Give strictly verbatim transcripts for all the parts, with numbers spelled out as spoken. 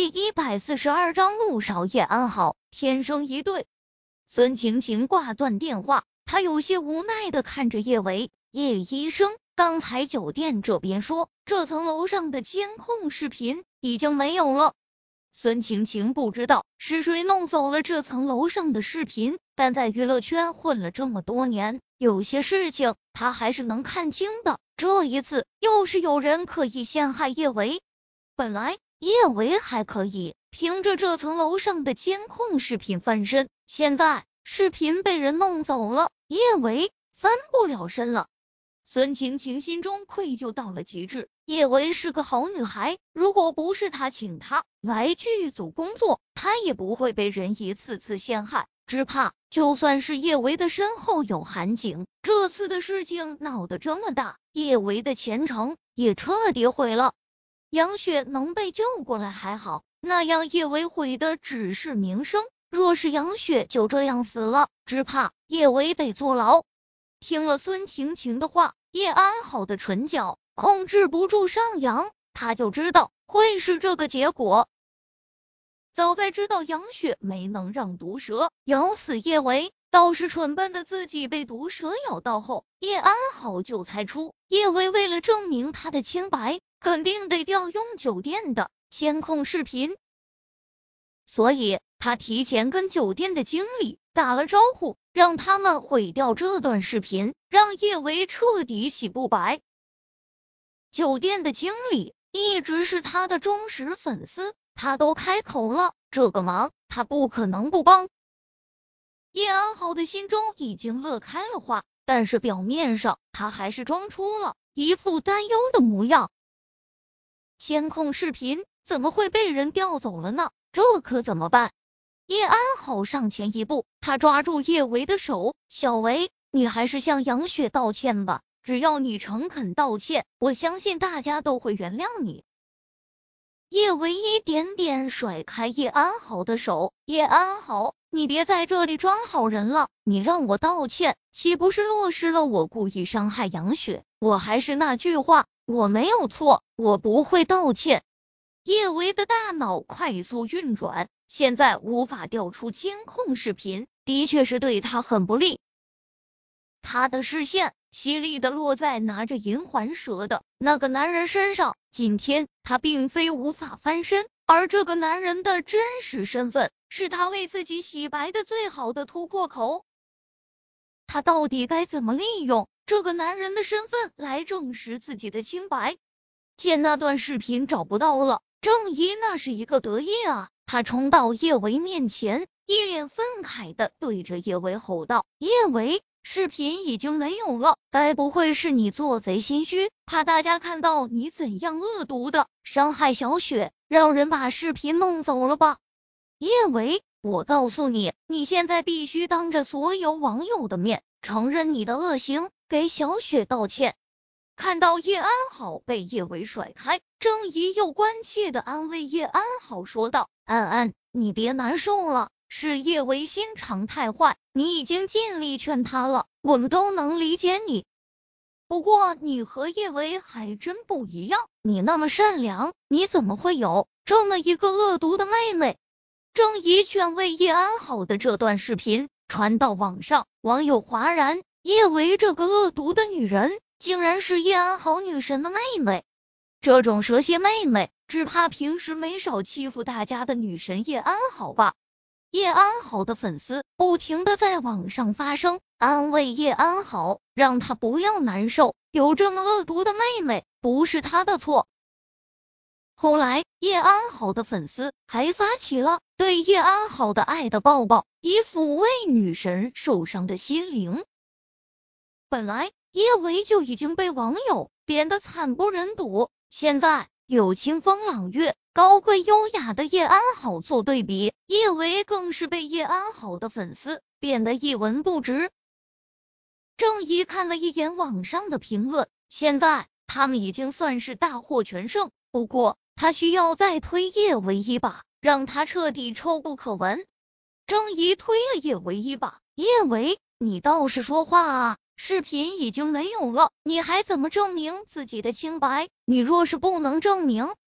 一百四十二章陆少叶安好，天生一对。孙晴晴挂断电话，她有些无奈地看着叶维。叶医生，刚才酒店这边说，这层楼上的监控视频已经没有了。孙晴晴不知道是谁弄走了这层楼上的视频，但在娱乐圈混了这么多年，有些事情她还是能看清的。这一次又是有人刻意陷害叶维。本来叶维还可以凭着这层楼上的监控视频翻身，现在视频被人弄走了，叶维翻不了身了。孙晴晴心中愧疚到了极致，叶维是个好女孩，如果不是她请她来剧组工作，她也不会被人一次次陷害。只怕就算是叶维的身后有韩景，这次的事情闹得这么大，叶维的前程也彻底毁了。杨雪能被救过来还好，那样叶维毁的只是名声，若是杨雪就这样死了，只怕叶维得坐牢。听了孙晴晴的话，叶安好的唇角控制不住上扬，他就知道会是这个结果。早在知道杨雪没能让毒蛇咬死叶维，倒是蠢笨的自己被毒蛇咬到后，叶安好就猜出叶维为了证明他的清白，肯定得调用酒店的监控视频，所以他提前跟酒店的经理打了招呼，让他们毁掉这段视频，让叶维彻底洗不白。酒店的经理一直是他的忠实粉丝，他都开口了，这个忙他不可能不帮。叶安好的心中已经乐开了花，但是表面上他还是装出了一副担忧的模样。监控视频怎么会被人调走了呢？这可怎么办？叶安好上前一步，他抓住叶维的手，小维，你还是向杨雪道歉吧，只要你诚恳道歉，我相信大家都会原谅你。叶维一点点甩开叶安好的手，叶安好，你别在这里装好人了，你让我道歉，岂不是落实了我故意伤害杨雪？我还是那句话，我没有错，我不会道歉。叶维的大脑快速运转，现在无法调出监控视频，的确是对他很不利。他的视线犀利的落在拿着银环蛇的那个男人身上，今天他并非无法翻身，而这个男人的真实身份是他为自己洗白的最好的突破口。他到底该怎么利用这个男人的身份来证实自己的清白？见那段视频找不到了，郑怡那是一个得意啊，他冲到叶维面前，一脸愤慨的对着叶维吼道，叶维，视频已经没有了，该不会是你做贼心虚，怕大家看到你怎样恶毒的伤害小雪，让人把视频弄走了吧？叶维，我告诉你，你现在必须当着所有网友的面承认你的恶行，给小雪道歉。看到叶安好被叶维甩开，郑怡又关切的安慰叶安好说道，安安，你别难受了，是叶维心肠太坏，你已经尽力劝他了，我们都能理解你。不过你和叶维还真不一样，你那么善良，你怎么会有这么一个恶毒的妹妹？郑怡劝慰叶安好的这段视频传到网上，网友哗然，叶维这个恶毒的女人竟然是叶安好女神的妹妹，这种蛇蝎妹妹只怕平时没少欺负大家的女神叶安好吧。叶安好的粉丝不停的在网上发声，安慰叶安好，让她不要难受，有这么恶毒的妹妹不是她的错。后来叶安好的粉丝还发起了对叶安好的爱的抱抱，以抚慰女神受伤的心灵。本来叶维就已经被网友贬得惨不忍睹，现在有清风朗月、高贵优雅的叶安好做对比，叶维更是被叶安好的粉丝变得一文不值。郑怡看了一眼网上的评论，现在他们已经算是大获全胜，不过他需要再推叶维一把，让他彻底臭不可闻。郑怡推了叶维一把，叶维，你倒是说话啊！视频已经没有了，你还怎么证明自己的清白？你若是不能证明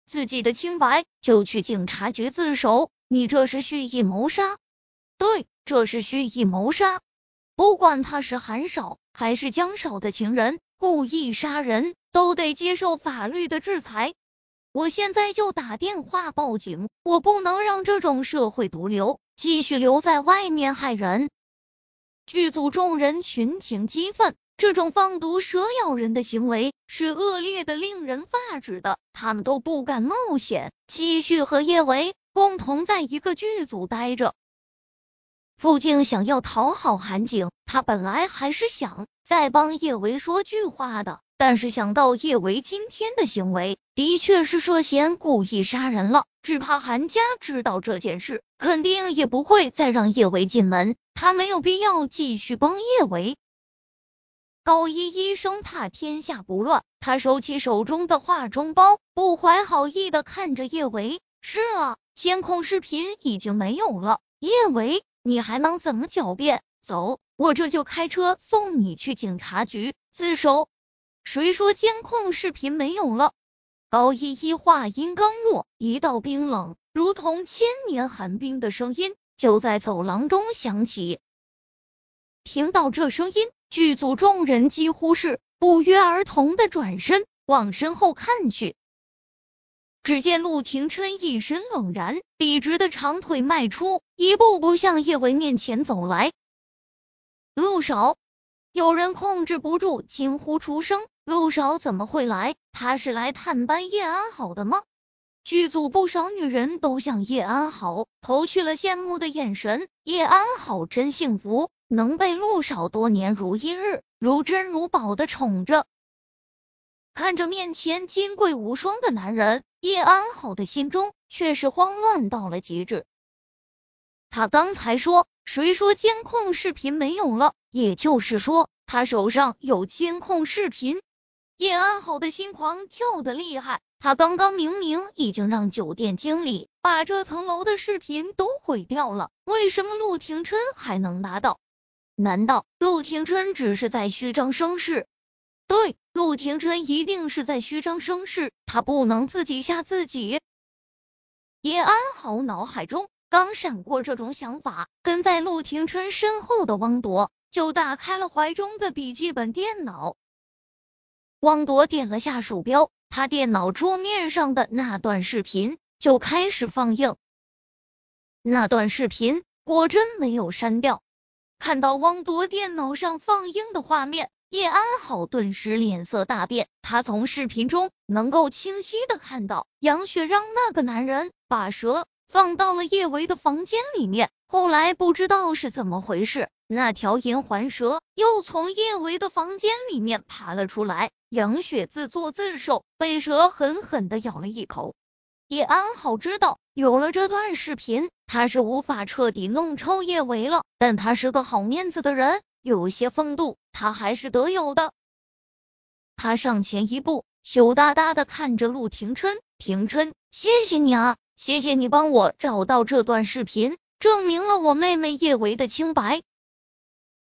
自己的清白，就去警察局自首，你这是蓄意谋杀。对，这是蓄意谋杀。不管他是韩少还是江少的情人，故意杀人都得接受法律的制裁。我现在就打电话报警，我不能让这种社会毒瘤继续留在外面害人。剧组众人群情激愤，这种放毒蛇咬人的行为是恶劣的，令人发指的，他们都不敢冒险继续和叶维共同在一个剧组待着。傅静想要讨好韩景，他本来还是想再帮叶维说句话的，但是想到叶维今天的行为的确是涉嫌故意杀人了，只怕韩家知道这件事，肯定也不会再让叶维进门，他没有必要继续帮叶维。高一医生怕天下不乱，他收起手中的化妆包，不怀好意的看着叶维。是啊，监控视频已经没有了，叶维，你还能怎么狡辩？走，我这就开车送你去警察局自首。谁说监控视频没有了？高一一话音刚落，一道冰冷如同千年寒冰的声音就在走廊中响起。听到这声音，剧组众人几乎是不约而同的转身往身后看去。只见陆廷琛一身冷然，笔直的长腿迈出，一步步向叶维面前走来。陆少，有人控制不住惊呼出声，陆少怎么会来？他是来探班叶安好的吗？剧组不少女人都向叶安好投去了羡慕的眼神，叶安好真幸福，能被陆少多年如一日如珍如宝的宠着。看着面前金贵无双的男人，叶安好的心中却是慌乱到了极致。他刚才说，谁说监控视频没有了？也就是说，他手上有监控视频。叶安好的心狂跳得厉害，他刚刚明明已经让酒店经理把这层楼的视频都毁掉了，为什么陆廷琛还能拿到？难道陆廷琛只是在虚张声势？对，陆廷琛一定是在虚张声势，他不能自己吓自己。叶安好脑海中刚闪过这种想法，跟在陆廷琛身后的汪铎就打开了怀中的笔记本电脑。汪铎点了下鼠标，他电脑桌面上的那段视频就开始放映。那段视频果真没有删掉。看到汪铎电脑上放映的画面，叶安好顿时脸色大变，他从视频中能够清晰的看到杨雪让那个男人把蛇放到了叶维的房间里面，后来不知道是怎么回事，那条银环蛇又从叶维的房间里面爬了出来，杨雪自作自受，被蛇狠狠的咬了一口。叶安好知道有了这段视频，他是无法彻底弄臭叶维了，但他是个好面子的人，有些风度他还是得有的。他上前一步，羞答答的看着陆廷琛，廷琛，谢谢你啊，谢谢你帮我找到这段视频，证明了我妹妹叶维的清白。